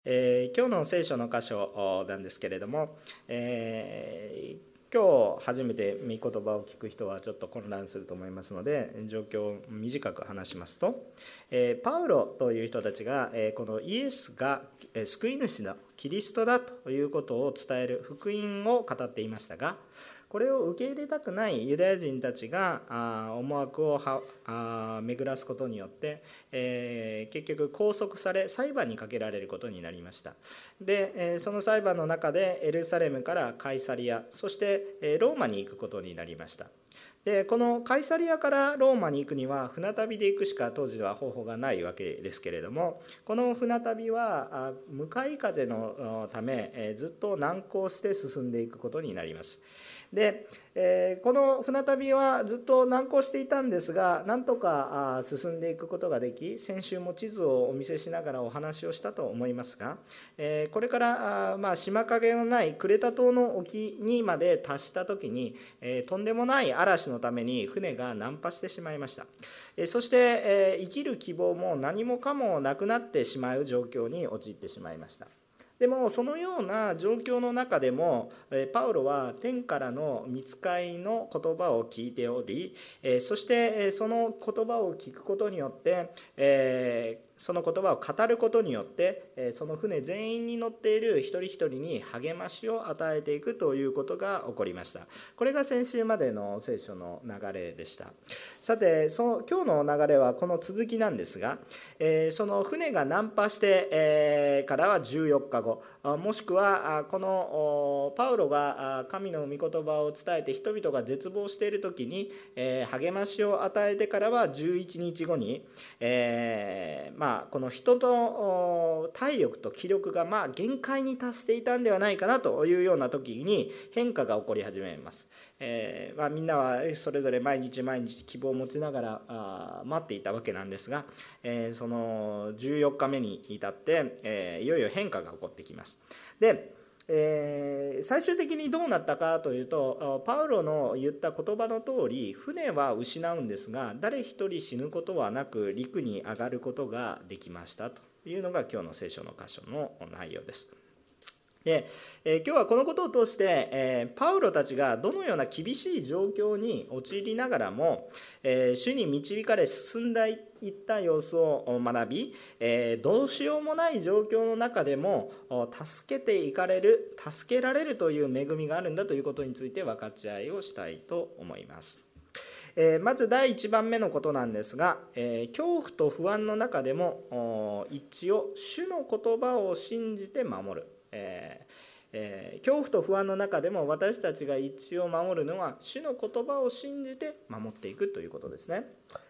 今日の聖書の箇所なんですけれども、今日初めて御言葉を聞く人はちょっと混乱すると思いますので、状況を短く話しますと、パウロという人たちが、このイエスが救い主のキリストだということを伝える福音を語っていましたが、これを受け入れたくないユダヤ人たちが思惑を巡らすことによって、結局拘束され裁判にかけられることになりました。で、その裁判の中でエルサレムからカイサリア、そしてローマに行くことになりました。でこのカイサリアからローマに行くには船旅で行くしか当時は方法がないわけですけれども、この船旅は向かい風のためずっと難航して進んでいくことになります。でこの船旅はずっと難航していたんですが、なんとか進んでいくことができ、先週も地図をお見せしながらお話をしたと思いますが、これから島影のないクレタ島の沖にまで達した時に、とんでもない嵐のために船が難破してしまいました。そして生きる希望も何もかもなくなってしまう状況に陥ってしまいました。でもそのような状況の中でもパウロは天からの御使いの言葉を聞いており、そしてその言葉を聞くことによってその言葉を語ることによってその船全員に乗っている一人一人に励ましを与えていくということが起こりました。これが先週までの聖書の流れでした。さて今日の流れはこの続きなんですが、その船が難破してからは14日後、もしくはこのパウロが神の御言葉を伝えて人々が絶望している時に励ましを与えてからは11日後にこの人の体力と気力が限界に達していたんではないかなというような時に変化が起こり始めます。みんなはそれぞれ毎日毎日希望を持ちながら待っていたわけなんですが、その14日目に至って、いよいよ変化が起こってきます。で最終的にどうなったかというと、パウロの言った言葉の通り船は失うんですが、誰一人死ぬことはなく陸に上がることができましたというのが今日の聖書の箇所の内容です。で今日はこのことを通して、パウロたちがどのような厳しい状況に陥りながらも、主に導かれ進んでいった様子を学び、どうしようもない状況の中でも助けられるという恵みがあるんだということについて分かち合いをしたいと思います。まず第1番目のことなんですが、恐怖と不安の中でも一致を主の言葉を信じて守る。恐怖と不安の中でも私たちが一致を守るのは主の言葉を信じて守っていくということですね。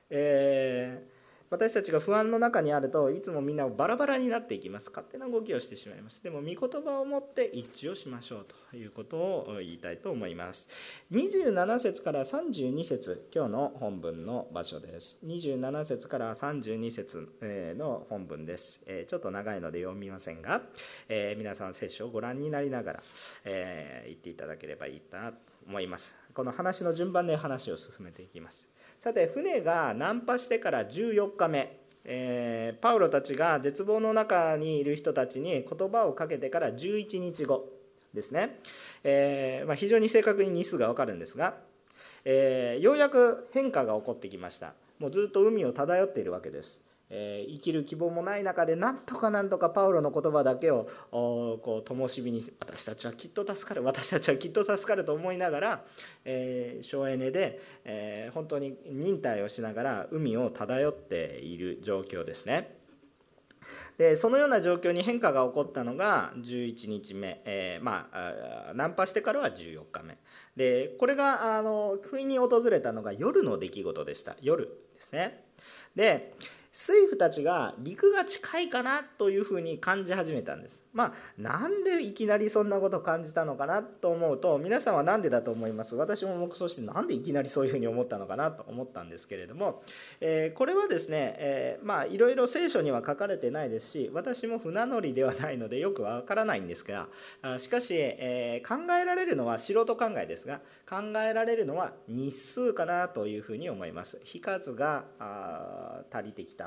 私たちが不安の中にあるといつもみんなバラバラになっていきます。勝手な動きをしてしまいます。でも御言葉を持って一致をしましょうということを言いたいと思います。27節から32節、今日の本文の場所です。27節から32節の本文です。ちょっと長いので読みませんが、皆さん聖書をご覧になりながら言っていただければいいなと思います。この話の順番で話を進めていきます。さて、船が難破してから14日目、パウロたちが絶望の中にいる人たちに言葉をかけてから11日後ですね。非常に正確に日数が分かるんですが、ようやく変化が起こってきました。もうずっと海を漂っているわけです。生きる希望もない中でなんとかパウロの言葉だけをこう灯火に、私たちはきっと助かると思いながら、省エネで、本当に忍耐をしながら海を漂っている状況ですね。でそのような状況に変化が起こったのが11日目、難破してからは14日目で、これが不意に訪れたのが夜の出来事でした。夜ですね。で水夫たちが陸が近いかなというふうに感じ始めたんです。なんでいきなりそんなことを感じたのかなと思うと、皆さんは何でだと思います？私も黙想してなんでいきなりそういうふうに思ったのかなと思ったんですけれども、これはですね、いろいろ聖書には書かれてないですし、私も船乗りではないのでよくわからないんですが、しかし、考えられるのは素人考えですが、考えられるのは日数かなというふうに思います。日数が足りてきたと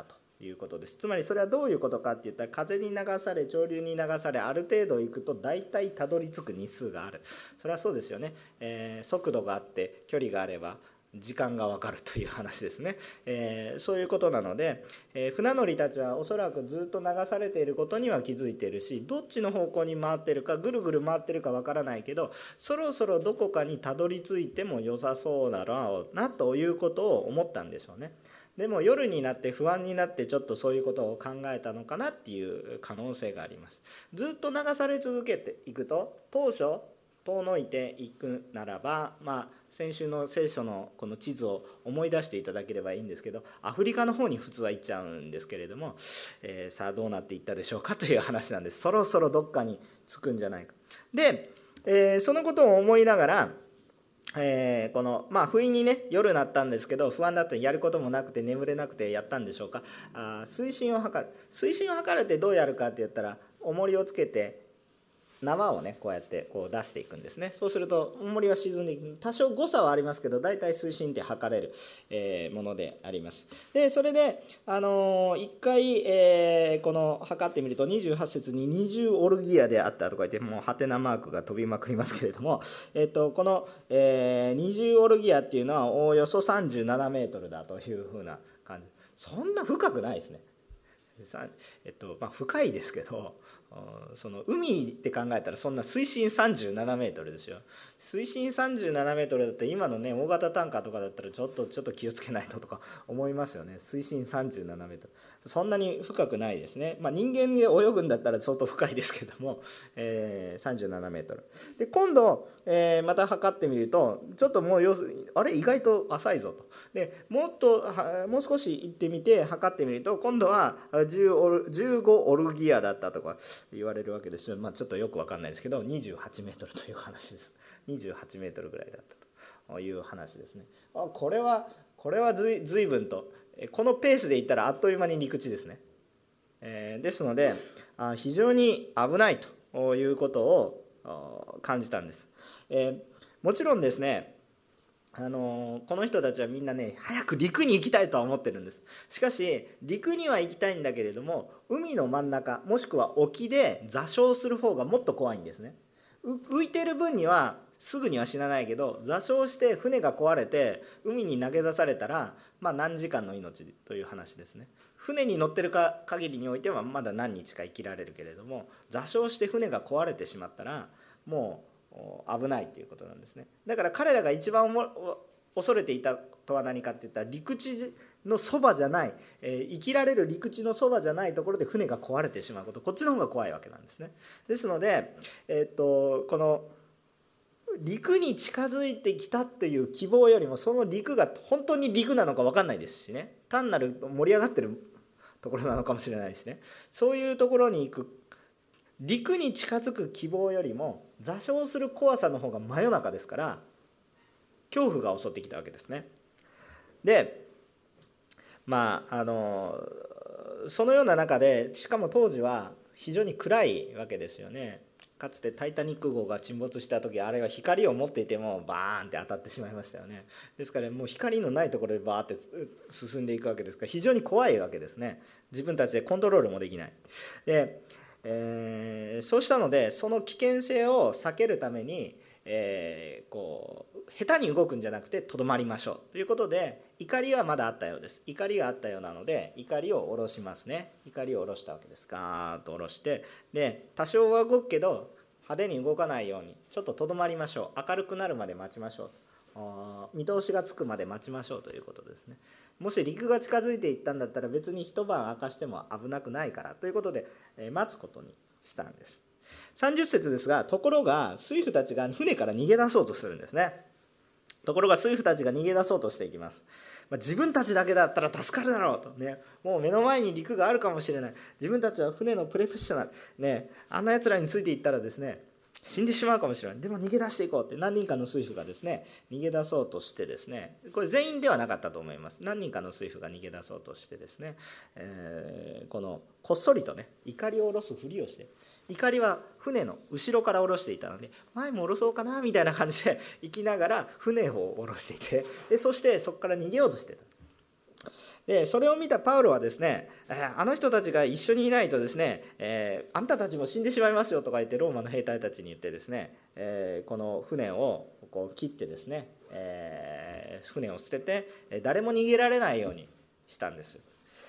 いうことです。つまりそれはどういうことかっていったら、風に流され潮流に流されある程度行くと大体たどり着く日数がある。それはそうですよね。速度があって距離があれば時間が分かるという話ですね。そういうことなので、船乗りたちはおそらくずっと流されていることには気づいているし、どっちの方向に回っているか、ぐるぐる回っているか分からないけど、そろそろどこかにたどり着いても良さそうだろうなということを思ったんでしょうね。でも夜になって不安になってちょっとそういうことを考えたのかなっていう可能性があります。ずっと流され続けていくと、当初遠のいていくならば、先週の聖書のこの地図を思い出していただければいいんですけど、アフリカの方に普通は行っちゃうんですけれども、さあどうなっていったでしょうかという話なんです。そろそろどっかに着くんじゃないか。で、そのことを思いながら、この不意にね夜になったんですけど、不安だってやることもなくて眠れなくてやったんでしょうか。水深を測るってどうやるかって言ったら、重りをつけて縄をねこうやってこう出していくんですね。そうすると重りは沈んでいく。多少誤差はありますけど、大体水深って測れるものであります。でそれで一回この測ってみると、28節に20オルギアであったとか言って、もうハテナマークが飛びまくりますけれども、この20オルギアっていうのはおおよそ37メートルだというふうな感じ。そんな深くないですね。深いですけど、その海って考えたらそんな水深37メートルですよ。水深37メートルだって今のね大型タンカーとかだったらちょっと気をつけないととか思いますよね。水深37メートル、そんなに深くないですね。人間で泳ぐんだったら相当深いですけども、37メートルで、今度、また測ってみると、ちょっともう意外と浅いぞと。でもう少し行ってみて測ってみると、今度は15オルギアだったとか言われるわけですよ。ちょっとよく分かんないですけど、28メートルという話です。28メートルぐらいだったという話ですね。これは随分とこのペースでいったらあっという間に陸地ですね。ですので非常に危ないということを感じたんです。もちろんですね、この人たちはみんなね早く陸に行きたいとは思ってるんです。しかし陸には行きたいんだけれども、海の真ん中もしくは沖で座礁する方がもっと怖いんですね。浮いてる分にはすぐには死なないけど、座礁して船が壊れて海に投げ出されたら、何時間の命という話ですね。船に乗ってる限りにおいてはまだ何日か生きられるけれども、座礁して船が壊れてしまったらもう危ないということなんですね。だから彼らが一番恐れていたとは何かって言ったら、陸地のそばじゃない、生きられる陸地のそばじゃないところで船が壊れてしまうこと、こっちの方が怖いわけなんですね。ですので、この陸に近づいてきたっていう希望よりも、その陸が本当に陸なのか分かんないですしね、単なる盛り上がってるところなのかもしれないしね、そういうところに行く、陸に近づく希望よりも座礁する怖さの方が真夜中ですから、恐怖が襲ってきたわけですね。でそのような中で、しかも当時は非常に暗いわけですよね。かつてタイタニック号が沈没した時、あれは光を持っていてもバーンって当たってしまいましたよね。ですからもう光のないところでバーって進んでいくわけですから、非常に怖いわけですね。自分たちでコントロールもできない。で、そうしたので、その危険性を避けるために、下手に動くんじゃなくてとどまりましょうということで、怒りはまだあったようです。怒りがあったようなので怒りを下ろしますね。怒りを下ろしたわけです。ガーッと下ろして、で多少は動くけど派手に動かないようにちょっととどまりましょう。明るくなるまで待ちましょう。見通しがつくまで待ちましょうということですね。もし陸が近づいていったんだったら別に一晩明かしても危なくないからということで、待つことにしたんです。30節ですが、ところが水夫たちが船から逃げ出そうとするんですね。ところが水夫たちが逃げ出そうとしていきます。自分たちだけだったら助かるだろうとね、もう目の前に陸があるかもしれない、自分たちは船のプロフェッショナルね、あんなやつらについていったらですね死んでしまうかもしれない。でも逃げ出していこうって何人かの水夫がですね逃げ出そうとしてですね、これ全員ではなかったと思います。何人かの水夫が逃げ出そうとしてですね、こっそりとね怒りを下ろすふりをして、怒りは船の後ろから下ろしていたので、前も下ろそうかなみたいな感じで行きながら船を下ろしていて、でそしてそこから逃げようとしてた。 でそれを見たパウロはですね、あの人たちが一緒にいないとですね、あんたたちも死んでしまいますよとか言ってローマの兵隊たちに言ってですね、この船をこう切ってですね、船を捨てて誰も逃げられないようにしたんです。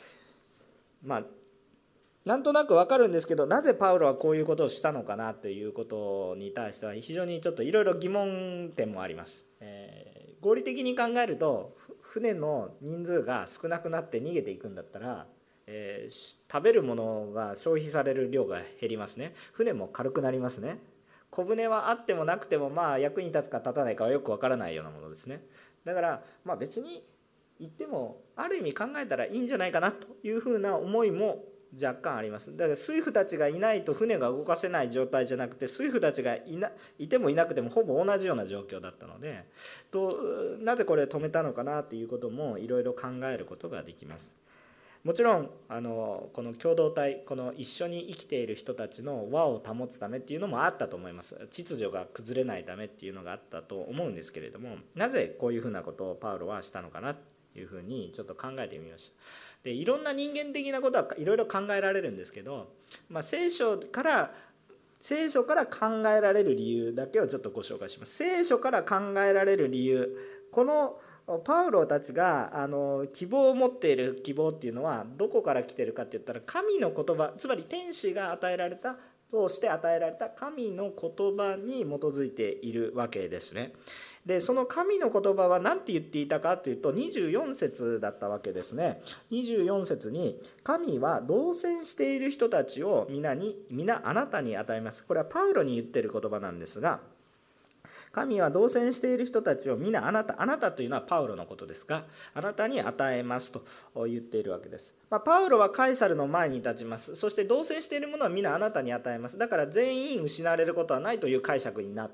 なんとなく分かるんですけど、なぜパウロはこういうことをしたのかなということに対しては非常にちょっといろいろ疑問点もあります。合理的に考えると船の人数が少なくなって逃げていくんだったら、食べるものが消費される量が減りますね。船も軽くなりますね。小舟はあってもなくても役に立つか立たないかはよく分からないようなものですね。だから別に言ってもある意味考えたらいいんじゃないかなというふうな思いも若干あります。だから水夫たちがいないと船が動かせない状態じゃなくて、水夫たちがいてもいなくてもほぼ同じような状況だったので、なぜこれを止めたのかなということもいろいろ考えることができます。もちろんこの共同体、この一緒に生きている人たちの和を保つためっていうのもあったと思います。秩序が崩れないためっていうのがあったと思うんですけれども、なぜこういうふうなことをパウロはしたのかなというふうにちょっと考えてみました。でいろんな人間的なことはいろいろ考えられるんですけど、聖書から考えられる理由だけをちょっとご紹介します。聖書から考えられる理由、このパウロたちが希望を持っている希望っていうのはどこから来てるかって言ったら、神の言葉、つまり天使が与えられた通して与えられた神の言葉に基づいているわけですね。でその神の言葉は何て言っていたかというと、24節だったわけですね。24節に、神は同棲している人たちを皆あなたに与えます。これはパウロに言っている言葉なんですが、神は同棲している人たちを皆あなたというのはパウロのことですが、あなたに与えますと言っているわけです。パウロはカエサルの前に立ちます。そして同棲しているものは皆あなたに与えます。だから全員失われることはないという解釈になって、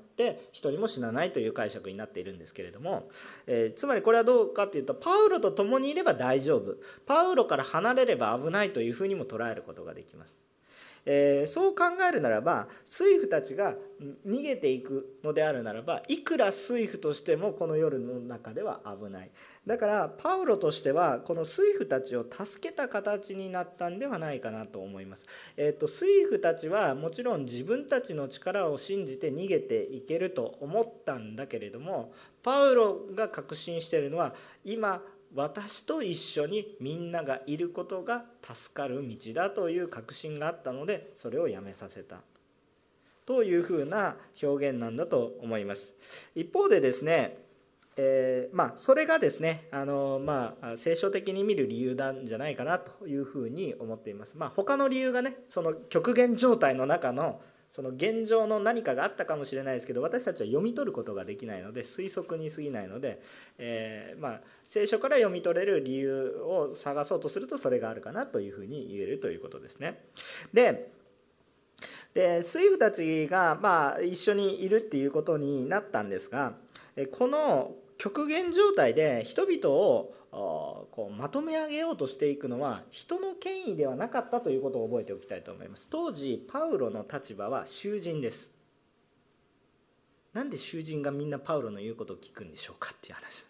一人も死なないという解釈になっているんですけれども、つまりこれはどうかというと、パウロと共にいれば大丈夫、パウロから離れれば危ないというふうにも捉えることができます。そう考えるならば、水夫たちが逃げていくのであるならば、いくら水夫としてもこの夜の中では危ない。だからパウロとしてはこの水夫たちを助けた形になったんではないかなと思います。水夫たちはもちろん自分たちの力を信じて逃げていけると思ったんだけれども、パウロが確信しているのは、今私と一緒にみんながいることが助かる道だという確信があったので、それをやめさせたというふうな表現なんだと思います。一方でですね、それがですね聖書的に見る理由なんじゃないかなというふうに思っています。他の理由がね、その極限状態の中のその現状の何かがあったかもしれないですけど、私たちは読み取ることができないので推測に過ぎないので、聖書から読み取れる理由を探そうとするとそれがあるかなというふうに言えるということですね。で水夫たちが一緒にいるっていうことになったんですが、この極限状態で人々をこうまとめ上げようとしていくのは人の権威ではなかったということを覚えておきたいと思います。当時パウロの立場は囚人です。なんで囚人がみんなパウロの言うことを聞くんでしょうかっていう話。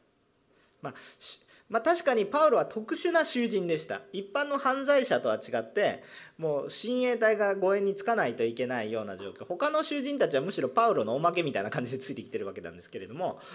確かにパウロは特殊な囚人でした。一般の犯罪者とは違ってもう親衛隊が護衛につかないといけないような状況。他の囚人たちはむしろパウロのおまけみたいな感じでついてきてるわけなんですけれども、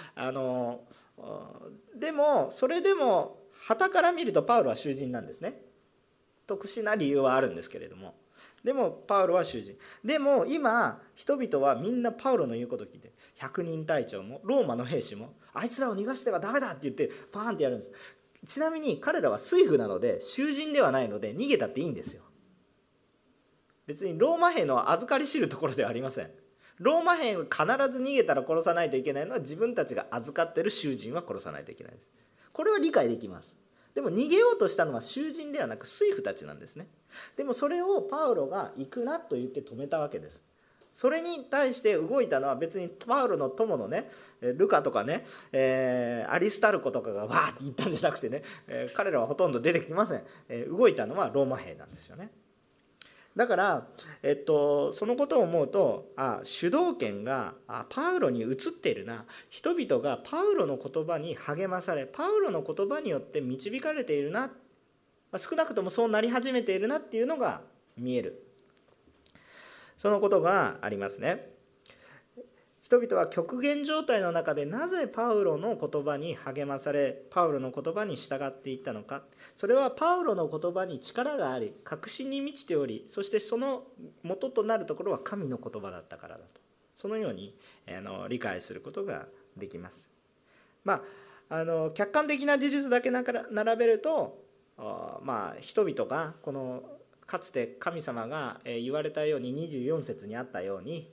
でもそれでも傍から見るとパウロは囚人なんですね。特殊な理由はあるんですけれども、でもパウロは囚人。でも今人々はみんなパウロの言うことを聞いて、百人隊長もローマの兵士もあいつらを逃がしてはダメだって言ってパーンってやるんです。ちなみに彼らは水夫なので囚人ではないので逃げたっていいんですよ。別にローマ兵の預かり知るところではありません。ローマ兵が必ず逃げたら殺さないといけないのは、自分たちが預かっている囚人は殺さないといけないです。これは理解できます。でも逃げようとしたのは囚人ではなく水夫たちなんですね。でもそれをパウロが行くなと言って止めたわけです。それに対して動いたのは別にパウロの友のねルカとかね、アリスタルコとかがわーって言ったんじゃなくてね、彼らはほとんど出てきません。動いたのはローマ兵なんですよね。 だから、そのことを思うと、主導権がパウロに移っているな、人々がパウロの言葉に励まされ、パウロの言葉によって導かれているな、少なくともそうなり始めているなっていうのが見える、そのことがありますね。人々は極限状態の中でなぜパウロの言葉に励まされ、パウロの言葉に従っていったのか。それはパウロの言葉に力があり、確信に満ちており、そしてその元となるところは神の言葉だったからだと、そのように理解することができます。客観的な事実だけ並べると、人々がこのかつて神様が言われたように24節にあったように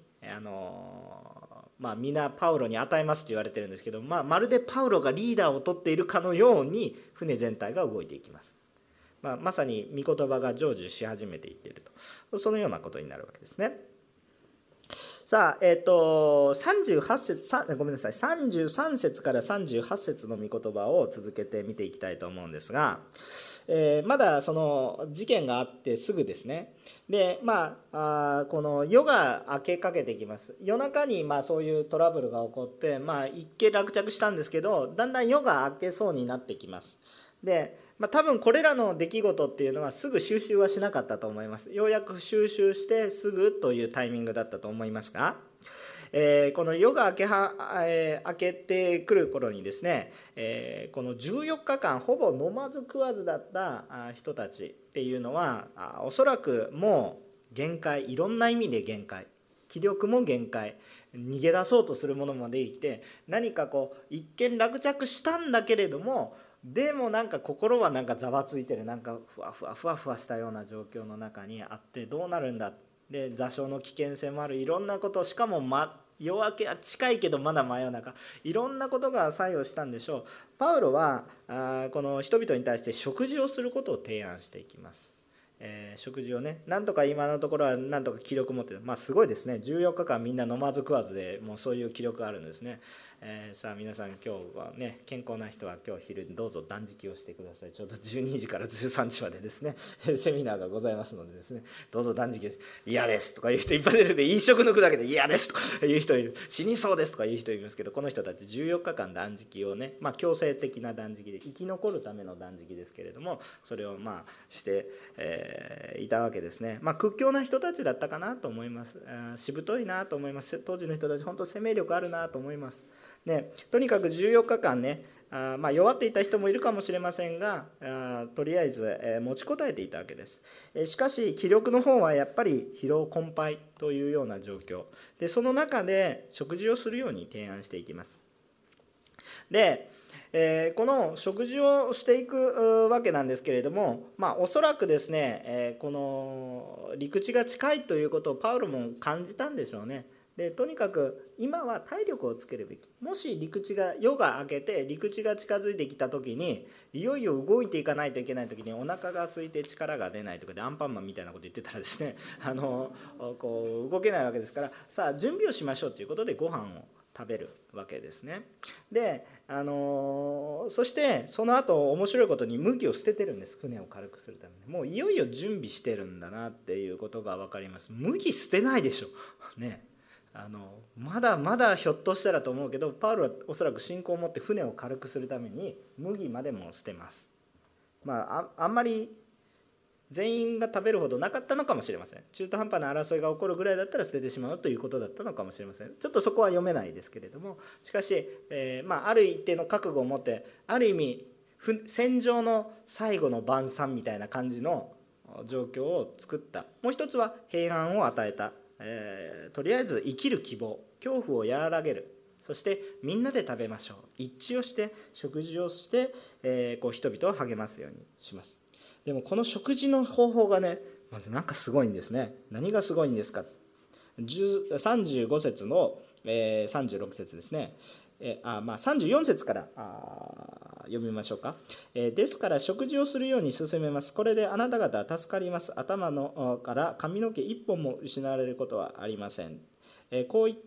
皆パウロに与えますと言われてるんですけど、まるでパウロがリーダーを取っているかのように船全体が動いていきます。まさに御言葉が成就し始めていっていると、そのようなことになるわけですね。さあ、38節ごめんなさい33節から38節の御言葉を続けて見ていきたいと思うんですが、まだその事件があってすぐですね。でこの夜が明けかけてきます。夜中にそういうトラブルが起こって、一見落着したんですけど、だんだん夜が明けそうになってきます。で多分これらの出来事っていうのはすぐ収拾はしなかったと思います。ようやく収拾してすぐというタイミングだったと思いますが、この夜が明けてくる頃にですね、この14日間ほぼ飲まず食わずだった人たちっていうのはおそらくもう限界、いろんな意味で限界、気力も限界、逃げ出そうとするものまで生きて、何か一見落着したんだけれども、でも心はざわついてる、ふわふわしたような状況の中にあって、どうなるんだ、で座礁の危険性もある、いろんなこと、しかも夜明けは近いけどまだ真夜中、いろんなことが作用したんでしょう。パウロはこの人々に対して食事をすることを提案していきます。食事をね、なんとか今のところはなんとか気力持ってる、すごいですね。14日間みんな飲まず食わずでもうそういう気力があるんですね。さあ皆さん、今日はね、健康な人は今日昼どうぞ断食をしてください。ちょうど12時から13時までですねセミナーがございますのでですね、どうぞ断食です。嫌ですとか言う人いっぱい出るんで、飲食抜くだけで嫌ですとか言う人いる、死にそうですとか言う人いますけど、この人たち14日間断食をね、強制的な断食で生き残るための断食ですけれども、それをして、いたわけですね。屈強な人たちだったかなと思います。しぶといなと思います。当時の人たち本当生命力あるなと思いますね。とにかく14日間ね、弱っていた人もいるかもしれませんが、とりあえず持ちこたえていたわけです。しかし気力の方はやっぱり疲労困憊というような状況で、その中で食事をするように提案していきます。でこの食事をしていくわけなんですけれども、おそらくですね、この陸地が近いということをパウロも感じたんでしょうね。でとにかく今は体力をつけるべき、もし夜が明けて陸地が近づいてきた時に、いよいよ動いていかないといけない時にお腹が空いて力が出ないとかでアンパンマンみたいなこと言ってたらですね、こう動けないわけですから、さあ準備をしましょうということでご飯を食べるわけですね。で、そしてその後面白いことに麦を捨ててるんです。船を軽くするために。もういよいよ準備してるんだなっていうことが分かります。麦捨てないでしょね。まだまだひょっとしたらと思うけど、パウロはおそらく信仰を持って船を軽くするために麦までも捨てます。あんまり全員が食べるほどなかったのかもしれません。中途半端な争いが起こるぐらいだったら捨ててしまうということだったのかもしれません。ちょっとそこは読めないですけれども、しかし、ある一定の覚悟を持って、ある意味戦場の最後の晩餐みたいな感じの状況を作った。もう一つは平安を与えた。とりあえず生きる希望、恐怖を和らげる、そしてみんなで食べましょう、一致をして食事をして、人々を励ますようにします。でもこの食事の方法がね、まずすごいんですね。何がすごいんですか。35節の、36節ですね。34節から読みましょうか。ですから食事をするように進めます。これであなた方は助かります。頭のから髪の毛一本も失われることはありません。こう言って、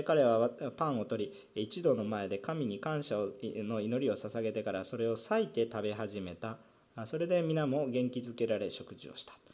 彼はパンを取り、一同の前で神に感謝の祈りを捧げてからそれを裂いて食べ始めた。それで皆も元気づけられ食事をした。ア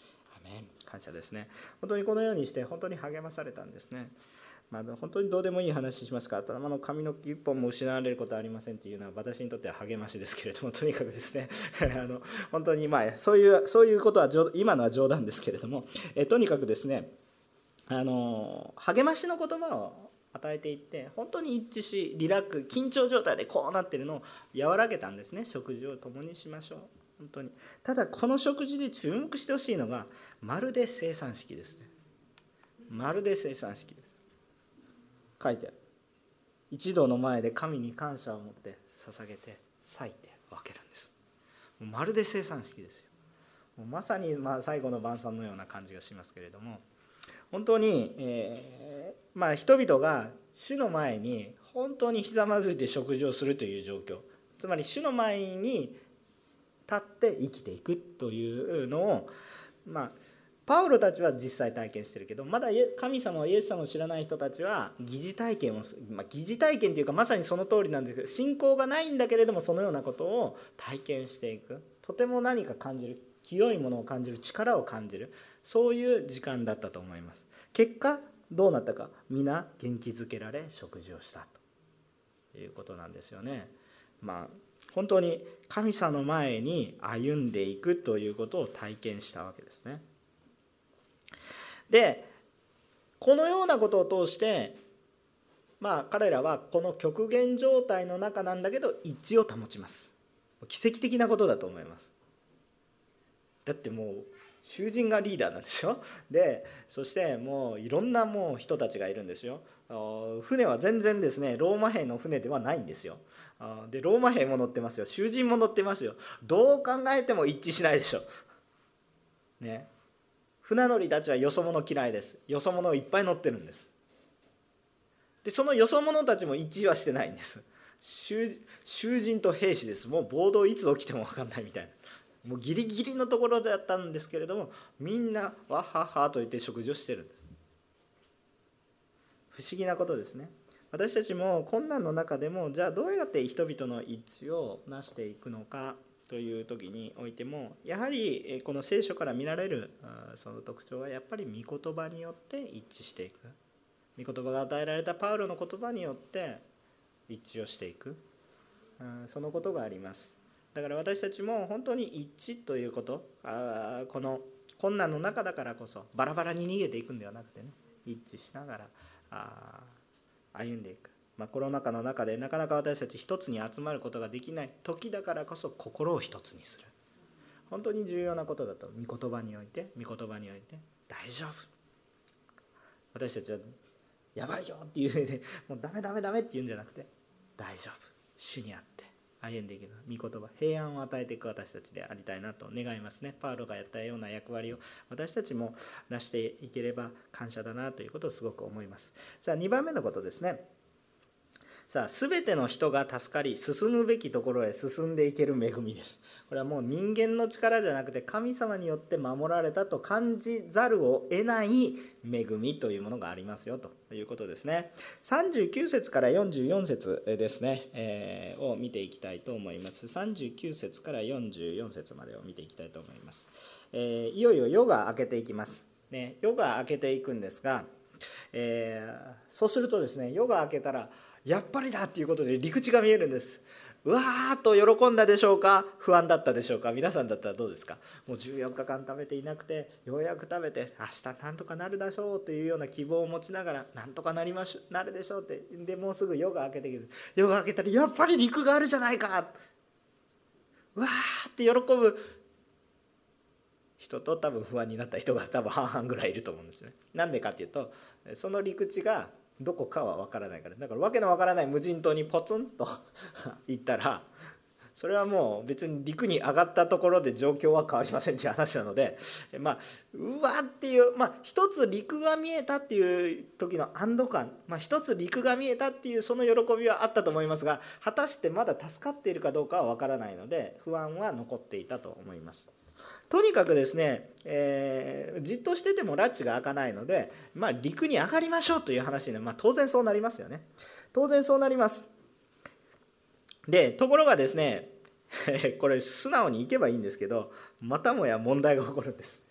感謝ですね。本当にこのようにして本当に励まされたんですね。本当にどうでもいい話しますから、頭の髪の毛一本も失われることはありませんというのは私にとっては励ましですけれども、とにかくですね本当にそういうことは今のは冗談ですけれども、とにかくですね励ましの言葉を与えていって、本当に一致しリラックス、緊張状態でこうなってるのを和らげたんですね。食事を共にしましょう。本当に。ただこの食事で注目してほしいのが、まるで生産式ですね。まるで生産式です。書いてある。一同の前で神に感謝を持って捧げて裂いて分けるんです。まるで生産式ですよ。もうまさに最後の晩餐のような感じがしますけれども、本当に、人々が主の前に本当にひざまずいて食事をするという状況、つまり主の前に立って生きていくというのを、パウロたちは実際体験してるけど、まだ神様イエス様を知らない人たちは疑似体験をする、疑似体験というかまさにその通りなんですけど、信仰がないんだけれどもそのようなことを体験していく、とても何か感じる、清いものを感じる、力を感じる、そういう時間だったと思います。結果どうなったか、皆元気づけられ食事をしたということなんですよね。本当に神様の前に歩んでいくということを体験したわけですね。でこのようなことを通して、彼らはこの極限状態の中なんだけど一致を保ちます。奇跡的なことだと思います。だってもう囚人がリーダーなんですよ。でそしてもういろんな人たちがいるんですよ。船は全然ですねローマ兵の船ではないんですよ。でローマ兵も乗ってますよ、囚人も乗ってますよ。どう考えても一致しないでしょね。船乗りたちはよそ者嫌いです。よそ者をいっぱい乗ってるんです。でそのよそ者たちも一致はしてないんです。囚人と兵士です。もう暴動いつ起きても分かんないみたいな、もうギリギリのところだったんですけれども、みんなわははと言って食事をしてるんです。不思議なことですね。私たちも困難の中でも、じゃあどうやって人々の一致をなしていくのかという時においても、やはりこの聖書から見られるその特徴はやっぱり御言葉によって一致していく。御言葉が与えられたパウロの言葉によって一致をしていく、そのことがあります。だから私たちも本当に一致ということ、この困難の中だからこそバラバラに逃げていくんではなくてね、一致しながら歩んでいく。コロナ禍の中でなかなか私たち一つに集まることができない時だからこそ心を一つにする、本当に重要なことだと。御言葉において大丈夫、私たちはやばいよっていうね、もうダメって言うんじゃなくて、大丈夫、主にあって歩んでいける御言葉、平安を与えていく私たちでありたいなと願いますね。パウロがやったような役割を私たちも成していければ感謝だなということをすごく思います。じゃあ2番目のことですね。全ての人が助かり進むべきところへ進んでいける恵みです。これはもう人間の力じゃなくて神様によって守られたと感じざるを得ない恵みというものがありますよということですね。39節から44節ですね、を見ていきたいと思います。39節から44節までを見ていきたいと思います。いよいよ夜が明けていきます、夜が明けていくんですが、そうするとですね、夜が明けたらやっぱりだっていうことで陸地が見えるんです。うわーっと喜んだでしょうか、不安だったでしょうか。皆さんだったらどうですか。もう14日間食べていなくて、ようやく食べて明日なんとかなるでしょうというような希望を持ちながら、なんとかなるでしょうって、でもうすぐ夜が明けてくる。夜が明けたらやっぱり陸があるじゃないか、うわーって喜ぶ人と多分不安になった人が多分半々ぐらいいると思うんですね。なんでかっていうと、その陸地がどこかは分からないから。だからわけのわからない無人島にポツンと行ったら、それはもう別に陸に上がったところで状況は変わりませんっていう話なので、うわっていう、一つ陸が見えたっていう時の安堵感、一つ陸が見えたっていうその喜びはあったと思いますが、果たしてまだ助かっているかどうかは分からないので不安は残っていたと思います。とにかくですね、じっとしてても拉致が開かないので、陸に上がりましょうという話に、当然そうなりますよね。当然そうなります。でところがですねこれ素直に行けばいいんですけど、またもや問題が起こるんです。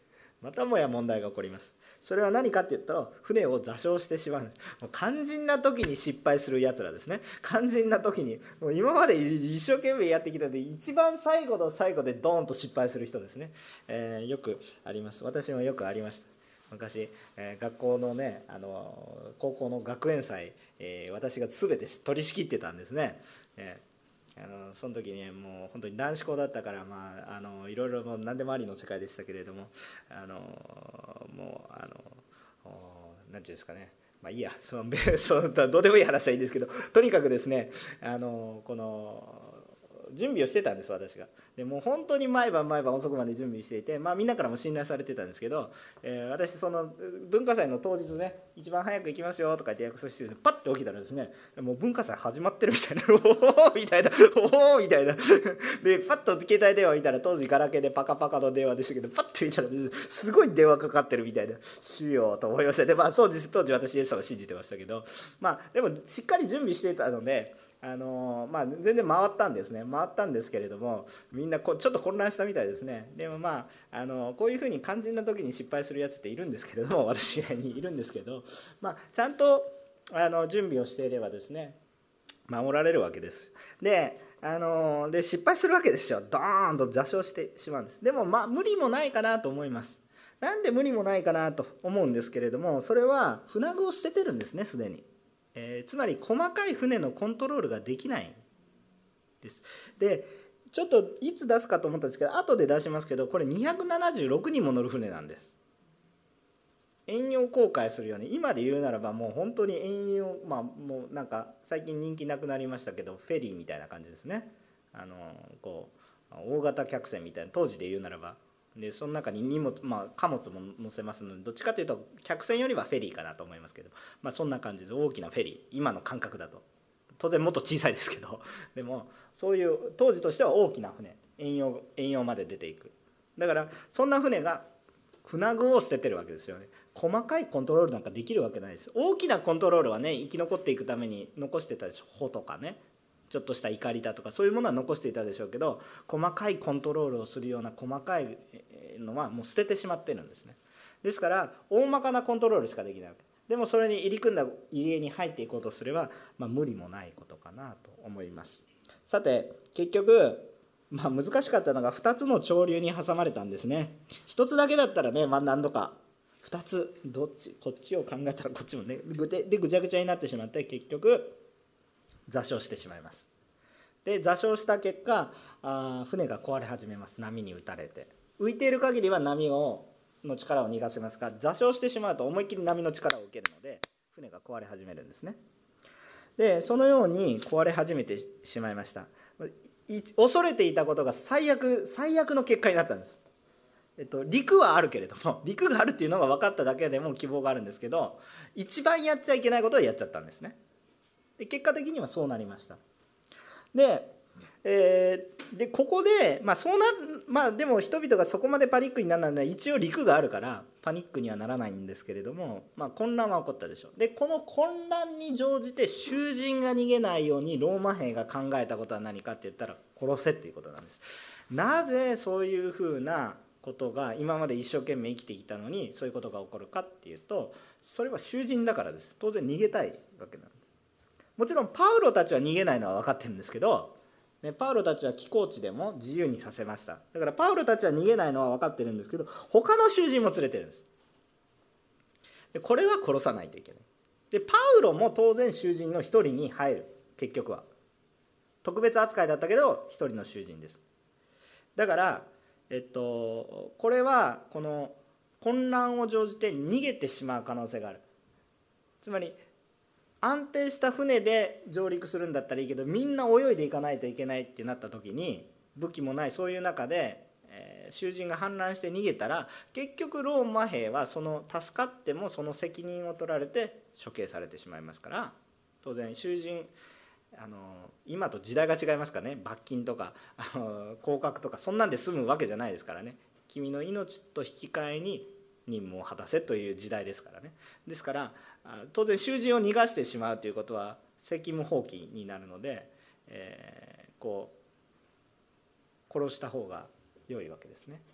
またもや問題が起こります。それは何かって言ったら、船を座礁してしまう。もう肝心な時に失敗するやつらですね。肝心な時に、もう今まで一生懸命やってきたので、一番最後の最後でドーンと失敗する人ですね。よくあります。私もよくありました。昔、学校のね、高校の学園祭、私が全て取り仕切ってたんですね。その時にもう本当に男子校だったから、いろいろもう何でもありの世界でしたけれども、もう何ていうんですかね、いいや、どうでもいい話はいいんですけど、とにかくですね、この準備をしてたんです、私が。でもう本当に毎晩遅くまで準備していて、みんなからも信頼されてたんですけど、私その文化祭の当日ね、一番早く行きますよとか言って約束してパッと起きたらですね、もう文化祭始まってるみたいな、おおみたいな、おおみたいなでパッと携帯電話見たら、当時ガラケーでパカパカの電話でしたけど、パッと見たらすごい電話かかってるみたいな、主よと思いました。で当時私イエス様を信じてましたけど、でもしっかり準備していたので、全然回ったんですけれども、みんなちょっと混乱したみたいですね。でもこういうふうに肝心な時に失敗するやつっているんですけれども、私以外にいるんですけど、ちゃんと準備をしていればですね、守られるわけです。で失敗するわけですよ。ドーンと座礁してしまうんです。でも無理もないかなと思います。なんで無理もないかなと思うんですけれども、それは船具を捨ててるんですね、すでに。つまり細かい船のコントロールができないんです。でちょっといつ出すかと思ったんですけど、後で出しますけど、これ276人も乗る船なんです。遠洋航海するように、今で言うならばもう本当に遠洋、もうなんか最近人気なくなりましたけど、フェリーみたいな感じですね。大型客船みたいな、当時で言うならば。でその中に荷物、貨物も載せますので、どっちかというと客船よりはフェリーかなと思いますけど、そんな感じで大きなフェリー、今の感覚だと当然もっと小さいですけど、でもそういう当時としては大きな船、遠洋まで出ていく。だからそんな船が船具を捨ててるわけですよね。細かいコントロールなんかできるわけないです。大きなコントロールはね、生き残っていくために残してたでしょ。帆とかね、ちょっとした怒りだとか、そういうものは残していたでしょうけど、細かいコントロールをするような細かいのはもう捨ててしまってるんですね。ですから大まかなコントロールしかできないわけでも、それに入り組んだ入り江に入っていこうとすれば、無理もないことかなと思います。さて結局、難しかったのが2つの潮流に挟まれたんですね。1つだけだったらね、何度か2つ、こっちを考えたらこっちもね、でぐちゃぐちゃになってしまって、結局座礁してしまいます。で座礁した結果、船が壊れ始めます。波に打たれて、浮いている限りは波の力を逃がせますが、座礁してしまうと思いっきり波の力を受けるので、船が壊れ始めるんですね。でそのように壊れ始めてしまいました。恐れていたことが最悪の結果になったんです。陸はあるけれども、陸があるっていうのが分かっただけでも希望があるんですけど、一番やっちゃいけないことをやっちゃったんですね。で結果的にはそうなりました。でここで、でも人々がそこまでパニックにならないのは、一応陸があるからパニックにはならないんですけれども、混乱は起こったでしょう。でこの混乱に乗じて囚人が逃げないようにローマ兵が考えたことは何かって言ったら、殺せっていうことなんです。なぜそういうふうなことが、今まで一生懸命生きてきたのにそういうことが起こるかっていうと、それは囚人だからです。当然逃げたいわけなんです。もちろんパウロたちは逃げないのは分かってるんですけど、パウロたちは寄港地でも自由にさせました。だからパウロたちは逃げないのは分かってるんですけど、他の囚人も連れてるんです。でこれは殺さないといけない。でパウロも当然囚人の一人に入る。結局は特別扱いだったけど一人の囚人です。だからこれはこの混乱を乗じて逃げてしまう可能性がある。つまり安定した船で上陸するんだったらいいけど、みんな泳いでいかないといけないってなった時に、武器もない、そういう中で、囚人が反乱して逃げたら、結局ローマ兵は助かってもその責任を取られて処刑されてしまいますから、当然囚人、今と時代が違いますからね、罰金とか降格とかそんなんで済むわけじゃないですからね。君の命と引き換えに任務を果たせという時代ですからね。ですから当然囚人を逃がしてしまうということは責務放棄になるので、殺した方が良いわけですね。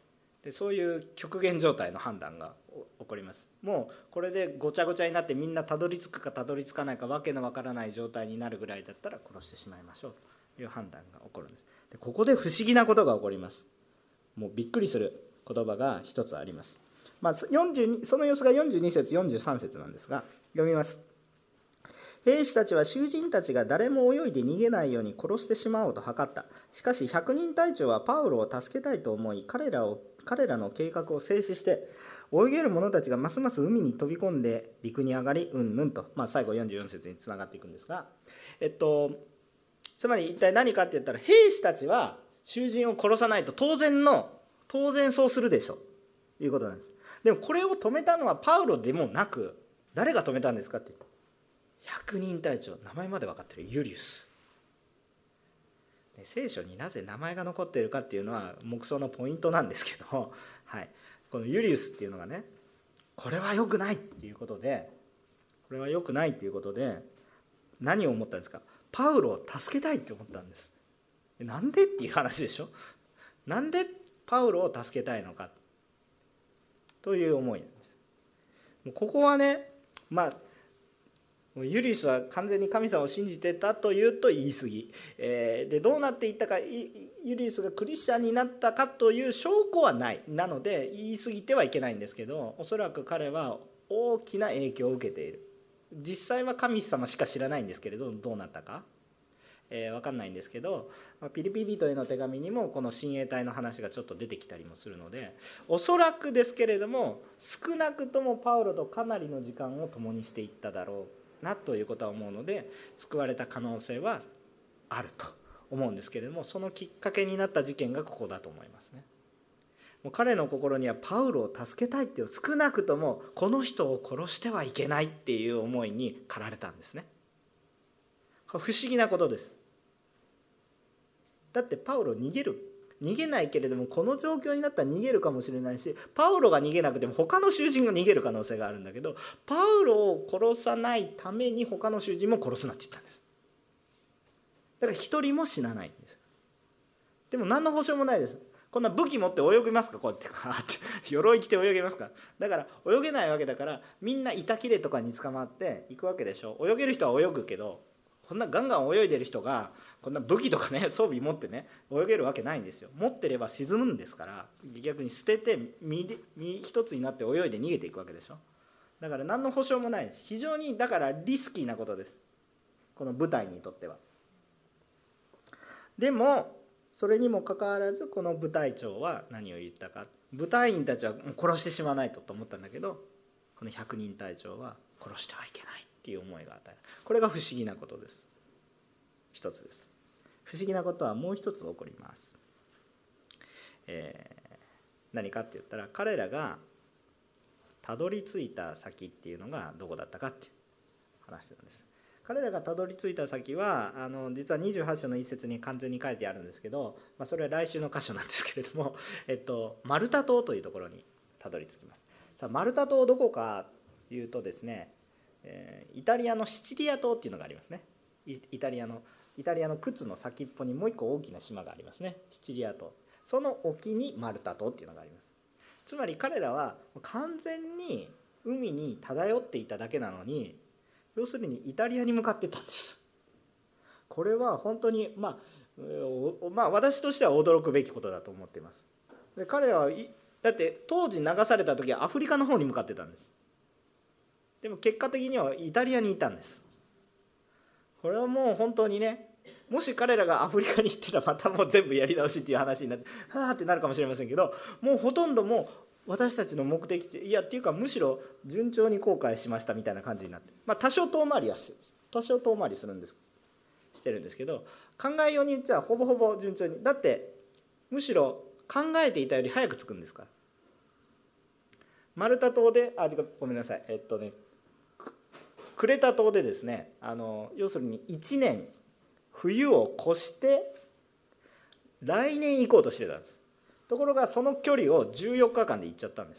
でそういう極限状態の判断が起こります。もうこれでごちゃごちゃになってみんなたどり着くかたどり着かないかわけのわからない状態になるぐらいだったら殺してしまいましょうという判断が起こるんです。でここで不思議なことが起こります。もうびっくりする言葉が一つあります。その様子が42節43節なんですが、読みます。兵士たちは囚人たちが誰も泳いで逃げないように殺してしまおうと図った。しかし百人隊長はパウロを助けたいと思い、彼らの計画を制止して、泳げる者たちがますます海に飛び込んで陸に上がりうんぬんと、最後44節につながっていくんですが、つまり一体何かって言ったら、兵士たちは囚人を殺さないと当然そうするでしょということなんです。でもこれを止めたのはパウロでもなく、誰が止めたんですかって言った。百人隊長、名前まで分かってるユリウス。聖書になぜ名前が残っているかっていうのは黙想のポイントなんですけど、このユリウスっていうのがね、これは良くないっていうことで、何を思ったんですか。パウロを助けたいって思ったんです。なんでっていう話でしょ。なんでパウロを助けたいのかという思いなんです。もうここはね、ユリウスは完全に神様を信じてたというと言い過ぎ、でどうなっていったか、ユリウスがクリスチャンになったかという証拠はない。なので言い過ぎてはいけないんですけど、おそらく彼は大きな影響を受けている。実際は神様しか知らないんですけれど、どうなったか、分かんないんですけど、ピリピリ人への手紙にもこの親衛隊の話がちょっと出てきたりもするので、おそらくですけれども、少なくともパウロとかなりの時間を共にしていっただろうなということは思うので、救われた可能性はあると思うんですけれども、そのきっかけになった事件がここだと思いますね。もう彼の心にはパウロを助けたいっていう、少なくともこの人を殺してはいけないっていう思いに駆られたんですね。不思議なことです。だってパウロ逃げないけれども、この状況になったら逃げるかもしれないし、パウロが逃げなくても他の囚人が逃げる可能性があるんだけど、パウロを殺さないために他の囚人も殺すなって言ったんです。だから一人も死なないんです。でも何の保証もないです。こんな武器持って泳ぎますか、こうやって鎧着て泳げますか。だから泳げないわけだから、みんな板切れとかに捕まっていくわけでしょ。泳げる人は泳ぐけど、こんなガンガン泳いでる人がこんな武器とかね、装備持ってね泳げるわけないんですよ。持ってれば沈むんですから、逆に捨てて身一つになって泳いで逃げていくわけでしょ。だから何の保証もない。非常にだからリスキーなことです、この部隊にとっては。でもそれにもかかわらず、この部隊長は何を言ったか。部隊員たちはもう殺してしまわないと思ったんだけど、この百人隊長は殺してはいけないっていう思いが与える。これが不思議なことです。一つです。不思議なことはもう一つ起こります。何かって言ったら、彼らがたどり着いた先っていうのがどこだったかっていう話なんです。彼らがたどり着いた先は実は28章の一節に完全に書いてあるんですけど、それは来週の箇所なんですけれども、マルタ島というところにたどり着きます。さあマルタ島どこかというとですね、イタリアのシチリア島っていうのがありますね。イタリアの靴の先っぽにもう一個大きな島がありますね、シチリア島。その沖にマルタ島っていうのがあります。つまり彼らは完全に海に漂っていただけなのに、要するにイタリアに向かってたんです。これは本当に私としては驚くべきことだと思っています。で彼らはだって当時流された時はアフリカの方に向かってたんです。でも結果的にはイタリアにいたんです。これはもう本当にね、もし彼らがアフリカに行ったらまたもう全部やり直しっていう話になってはあってなるかもしれませんけど、もうほとんどもう私たちの目的地、っていうかむしろ順調に航海しましたみたいな感じになって、多少遠回りしてるんですけど、考えようによっちゃほぼほぼ順調に。だってむしろ考えていたより早く着くんですから。マルタ島でごめんなさい、クレタ島でですね、要するに1年冬を越して来年行こうとしてたんです。ところがその距離を14日間で行っちゃったんです。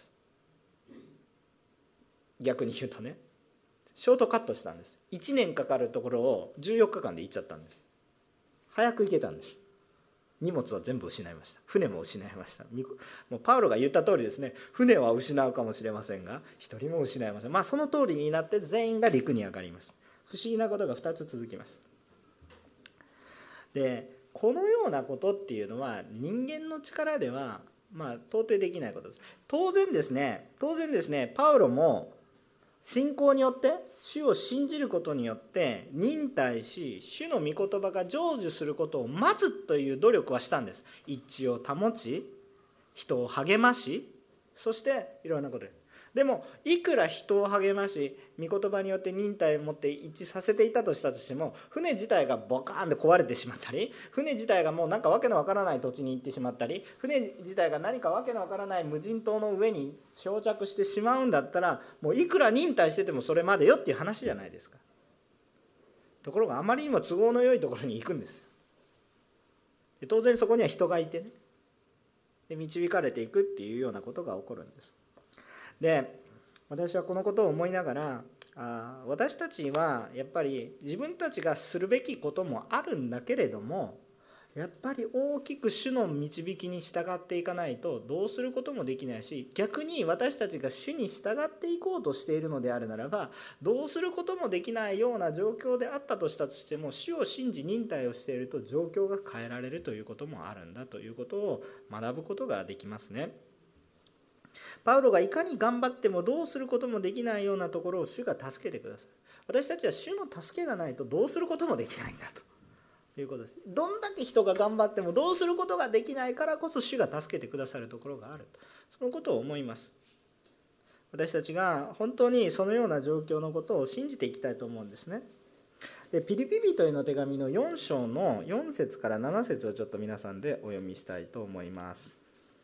逆に言うとね、ショートカットしたんです。1年かかるところを14日間で行っちゃったんです。早く行けたんです。 荷物は全部失いました。船も失いました。もうパウロが言った通りですね、船は失うかもしれませんが一人も失いません。その通りになって全員が陸に上がります。不思議なことが2つ続きます。でこのようなことっていうのは人間の力では到底できないことです。当然ですねパウロも信仰によって主を信じることによって忍耐し、主の御言葉が成就することを待つという努力はしたんです。一致を保ち、人を励まし、そしていろんなことでもいくら人を励まし御言葉によって忍耐を持って一致させていたとしたとしても、船自体がボカーンと壊れてしまったり、船自体がもうなんかわけのわからない土地に行ってしまったり、船自体が何かわけのわからない無人島の上に漂着してしまうんだったら、もういくら忍耐しててもそれまでよっていう話じゃないですか。ところがあまりにも都合の良いところに行くんですよ。で当然そこには人がいてね、で導かれていくっていうようなことが起こるんです。で私はこのことを思いながら、私たちはやっぱり自分たちがするべきこともあるんだけれども、やっぱり大きく主の導きに従っていかないとどうすることもできないし、逆に私たちが主に従っていこうとしているのであるならば、どうすることもできないような状況であったとしたとしても、主を信じ忍耐をしていると状況が変えられるということもあるんだということを学ぶことができますね。パウロがいかに頑張ってもどうすることもできないようなところを主が助けてくださる。私たちは主の助けがないとどうすることもできないんだということです。どんだけ人が頑張ってもどうすることができないからこそ主が助けてくださるところがあると、そのことを思います。私たちが本当にそのような状況のことを信じていきたいと思うんですね。でピリピ人への手紙の4章の4節から7節をちょっと皆さんでお読みしたいと思います。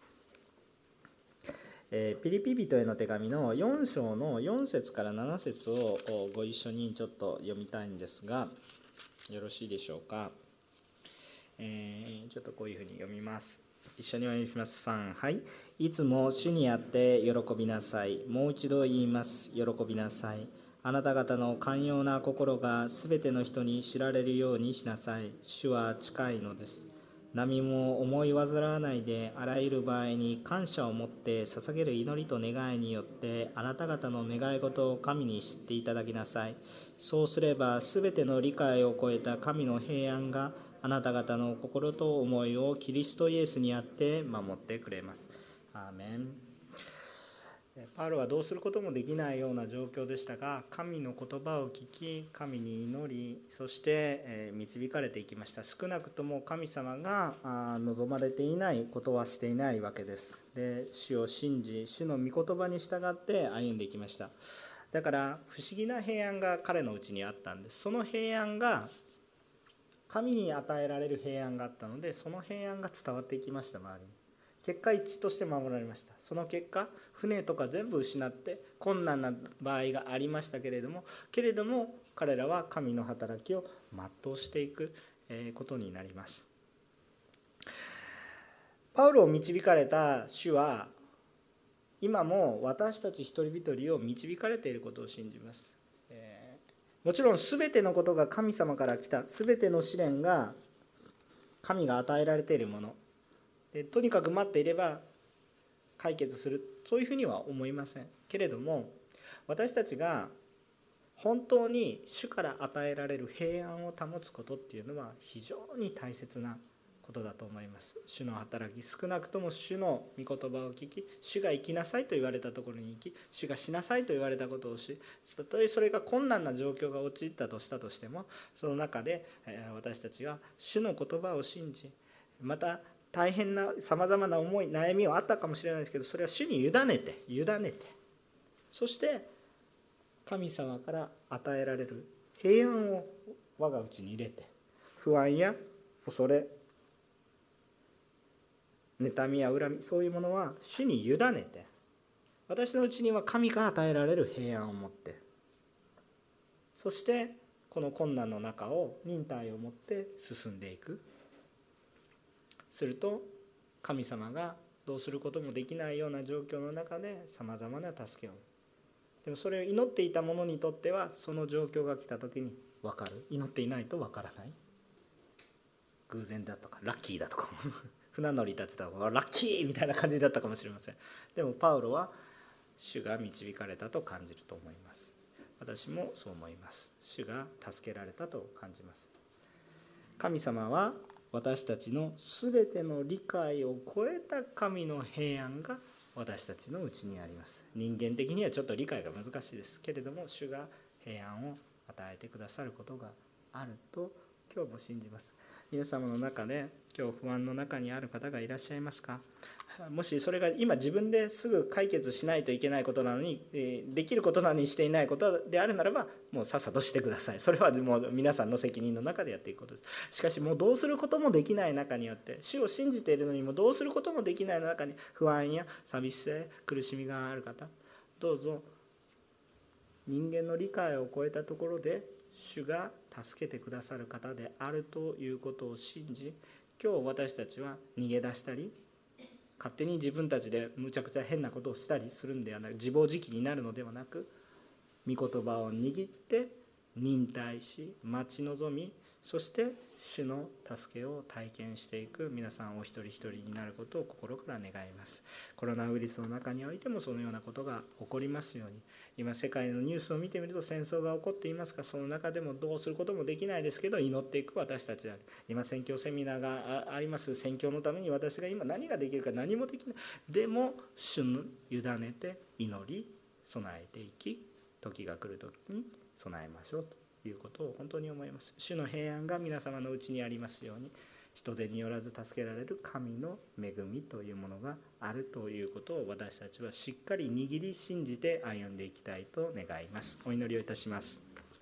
ピリピ人への手紙の4章の4節から7節をご一緒にちょっと読みたいんですが、よろしいでしょうか。ちょっとこういうふうに読みます。一緒にお読みします。3、はい。いつも主にあって喜びなさい。もう一度言います。喜びなさい。あなた方の寛容な心がすべての人に知られるようにしなさい。主は近いのです。何も思い煩わないで、あらゆる場合に感謝を持って捧げる祈りと願いによってあなた方の願い事を神に知っていただきなさい。そうすればすべての理解を超えた神の平安があなた方の心と思いをキリストイエスにあって守ってくれます。アーメン。パウロはどうすることもできないような状況でしたが、神の言葉を聞き、神に祈り、そして導かれていきました。少なくとも神様が望まれていないことはしていないわけです。で、主を信じ、主の御言葉に従って歩んでいきました。だから不思議な平安が彼のうちにあったんです。その平安が神に与えられる平安があったので、その平安が伝わっていきました。周りに結果一致として守られました。その結果船とか全部失って困難な場合がありましたけれども彼らは神の働きを全うしていくことになります。パウロを導かれた主は今も私たち一人一人を導かれていることを信じます。もちろん全てのことが神様から来た、全ての試練が神が与えられているもので、とにかく待っていれば解決する、そういうふうには思いませんけれども、私たちが本当に主から与えられる平安を保つことっていうのは非常に大切なことだと思います。主の働き、少なくとも主の御言葉を聞き、主が生きなさいと言われたところに行き、主がしなさいと言われたことをしたとえそれが困難な状況が陥ったとしたとしても、その中で私たちは主の言葉を信じ、また大変なさまざまな思い悩みはあったかもしれないですけど、それは主に委ねてそして神様から与えられる平安を我が内に入れて、不安や恐れ、妬みや恨み、そういうものは主に委ねて、私のうちには神から与えられる平安を持って、そしてこの困難の中を忍耐を持って進んでいく。すると神様がどうすることもできないような状況の中でさまざまな助けを、でもそれを祈っていた者にとってはその状況が来た時に分かる、祈っていないと分からない。 偶然だとかラッキーだとか船乗り立ってたらラッキーみたいな感じだったかもしれません。でもパウロは主が導かれたと感じると思います。私もそう思います。主が助けられたと感じます。神様は私たちのすべての理解を超えた神の平安が私たちのうちにあります。人間的にはちょっと理解が難しいですけれども、主が平安を与えてくださることがあると今日も信じます。皆様の中で今日不安の中にある方がいらっしゃいますか？もしそれが今自分ですぐ解決しないといけないことなのに、できることなのにしていないことであるならば、もうさっさとしてください。それはもう皆さんの責任の中でやっていくことです。しかしもうどうすることもできない中によって、主を信じているのにもどうすることもできない中に不安や寂しさや苦しみがある方、どうぞ人間の理解を超えたところで主が助けてくださる方であるということを信じ、今日私たちは逃げ出したり勝手に自分たちでむちゃくちゃ変なことをしたりするんではなく、自暴自棄になるのではなく、御言葉を握って忍耐し待ち望み、そして主の助けを体験していく皆さんお一人一人になることを心から願います。コロナウイルスの中においてもそのようなことが起こりますように。今世界のニュースを見てみると戦争が起こっていますが、その中でもどうすることもできないですけど祈っていく私たちである。今宣教セミナーがあります。宣教のために私が今何ができるか何もできない。でも主に委ねて祈り備えていき、時が来る時に備えましょうということを本当に思います。主の平安が皆様のうちにありますように、人手によらず助けられる神の恵みというものがあるということを私たちはしっかり握り信じて歩んでいきたいと願います。お祈りをいたします。